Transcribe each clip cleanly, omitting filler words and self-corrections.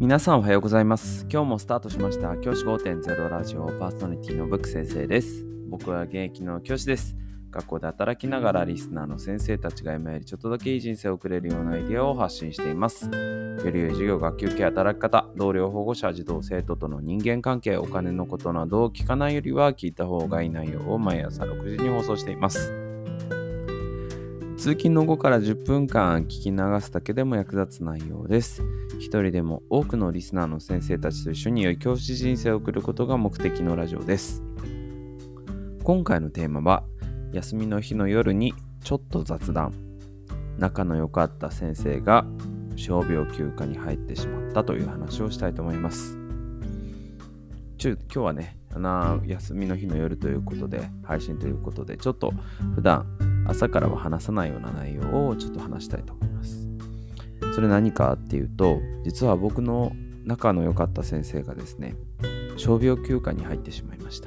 皆さんおはようございます。今日もスタートしました教師 5.0 ラジオパーソナリティのブック先生です。僕は現役の教師です。学校で働きながらリスナーの先生たちが今よりちょっとだけいい人生を送れるようなアイデアを発信しています。より良い授業、学級系、働き方、同僚、保護者、児童、生徒との人間関係、お金のことなどを聞かないよりは聞いた方がいい内容を毎朝6時に放送しています。通勤の後から10分間聞き流すだけでも役立つ内容です。一人でも多くのリスナーの先生たちと一緒に良い教師人生を送ることが目的のラジオです。今回のテーマは、休みの日の夜にちょっと雑談。仲の良かった先生が傷病休暇に入ってしまったという話をしたいと思います。今日はね、休みの日の夜ということで、配信ということで、ちょっと普段朝からは話さないような内容をちょっと話したいと思います。それ何かっていうと、実は僕の仲の良かった先生がですね、傷病休暇に入ってしまいました。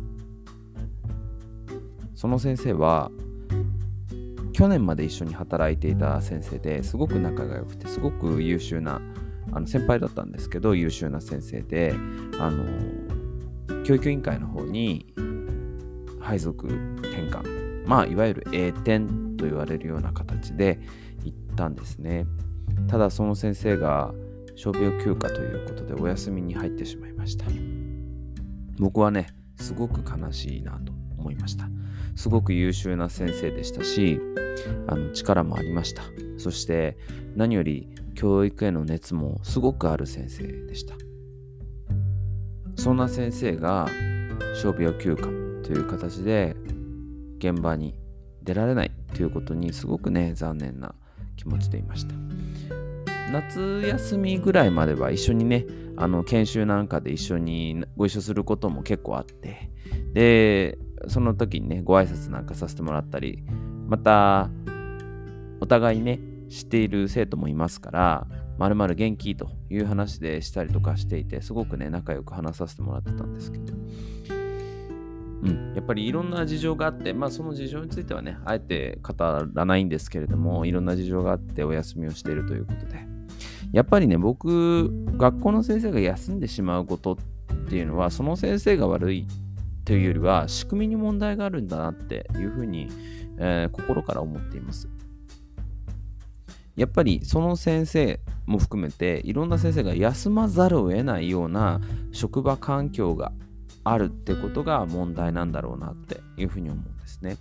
その先生は去年まで一緒に働いていた先生ですごく仲が良くて、すごく優秀な先輩だったんですけど、優秀な先生で、教育委員会の方に配属転換、いわゆる A 点と言われるような形で行ったんですね。ただその先生が傷病休暇ということでお休みに入ってしまいました。僕はね、すごく悲しいなと思いました。すごく優秀な先生でしたし、力もありました。そして何より教育への熱もすごくある先生でした。そんな先生が傷病休暇という形で現場に出られないということにすごくね、残念な気持ちでいました。夏休みぐらいまでは一緒にね、研修なんかで一緒にご一緒することも結構あって、でその時にね、ご挨拶なんかさせてもらったり、またお互いね知っている生徒もいますから、まるまる元気という話でしたりとかしていて、すごくね仲良く話させてもらってたんですけど、やっぱりいろんな事情があって、その事情についてはね、あえて語らないんですけれども、いろんな事情があってお休みをしているということで、やっぱりね、僕、学校の先生が休んでしまうことっていうのは、その先生が悪いというよりは、仕組みに問題があるんだなっていうふうに、心から思っています。やっぱりその先生も含めて、いろんな先生が休まざるを得ないような職場環境があるってことが問題なんだろうなっていうふうに思うんですね。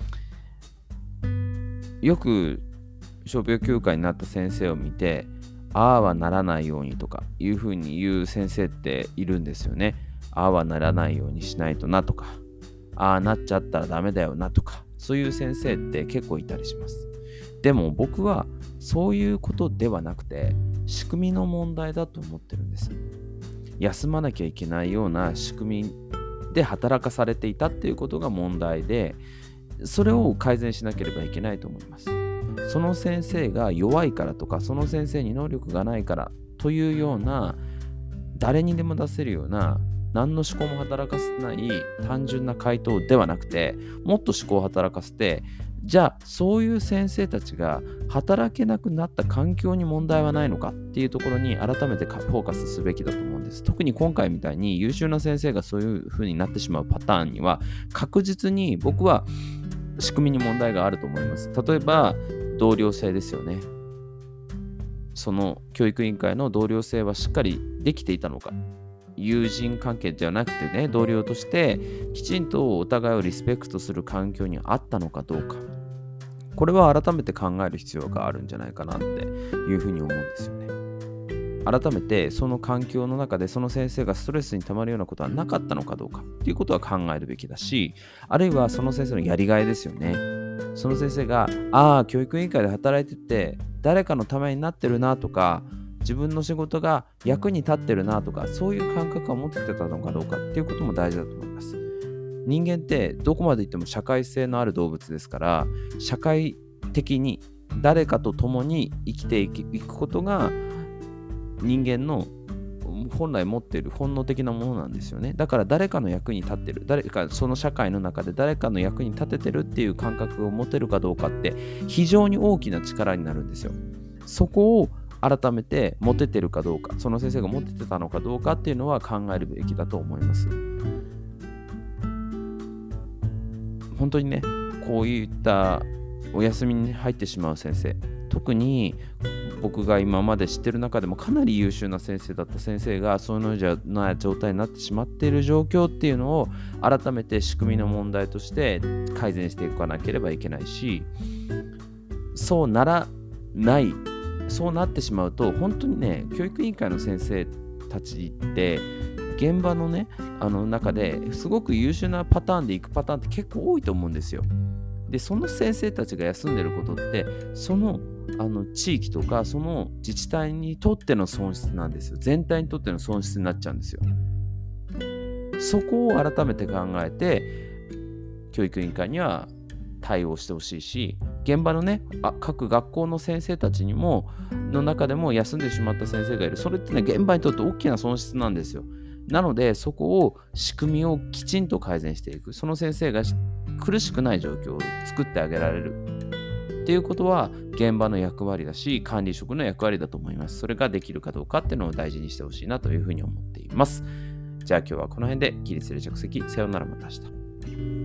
よく傷病休暇になった先生を見て、ああはならないようにとかいうふうに言う先生っているんですよね。ああはならないようにしないとなとか、ああなっちゃったらダメだよなとか、そういう先生って結構いたりします。でも僕はそういうことではなくて、仕組みの問題だと思ってるんです。休まなきゃいけないような仕組みで働かされていたっていうことが問題で、それを改善しなければいけないと思います。その先生が弱いからとか、その先生に能力がないからというような、誰にでも出せるような、何の思考も働かせない単純な回答ではなくて、もっと思考を働かせて、じゃあそういう先生たちが働けなくなった環境に問題はないのかっていうところに改めてフォーカスすべきだと思うんです。特に今回みたいに優秀な先生がそういう風になってしまうパターンには、確実に僕は仕組みに問題があると思います。例えば同僚性ですよね。その教育委員会の同僚性はしっかりできていたのか。友人関係ではなくてね、同僚としてきちんとお互いをリスペクトする環境にあったのかどうか。これは改めて考える必要があるんじゃないかなっていうふうに思うんですよね。改めてその環境の中でその先生がストレスに溜まるようなことはなかったのかどうかっていうことは考えるべきだし、あるいはその先生のやりがいですよね。その先生が教育委員会で働いてて誰かのためになってるなとか、自分の仕事が役に立ってるなとか、そういう感覚を持ってきてたのかどうかっていうことも大事だと思います。人間ってどこまでいっても社会性のある動物ですから、社会的に誰かと共に生きていくことが人間の本来持っている本能的なものなんですよね。だから誰かの役に立ってる、誰かその社会の中で誰かの役に立ててるっていう感覚を持てるかどうかって非常に大きな力になるんですよ。そこを改めてモテてるかどうか、その先生がモテてたのかどうかっていうのは考えるべきだと思います。本当にね、こういったお休みに入ってしまう先生、特に僕が今まで知ってる中でもかなり優秀な先生だった先生がそのような状態になってしまっている状況っていうのを改めて仕組みの問題として改善していかなければいけないし、そうならない、そうなってしまうと本当にね、教育委員会の先生たちって現場のね、中ですごく優秀なパターンでいくパターンって結構多いと思うんですよ。で、その先生たちが休んでることって、その地域とかその自治体にとっての損失なんですよ。全体にとっての損失になっちゃうんですよ。そこを改めて考えて教育委員会には対応してほしいし、現場のね、各学校の先生たちにもの中でも休んでしまった先生がいる。それってね、現場にとって大きな損失なんですよ。なのでそこを仕組みをきちんと改善していく、その先生が苦しくない状況を作ってあげられるっていうことは現場の役割だし、管理職の役割だと思います。それができるかどうかっていうのを大事にしてほしいなというふうに思っています。じゃあ今日はこの辺で起立で着席、さようなら、また明日。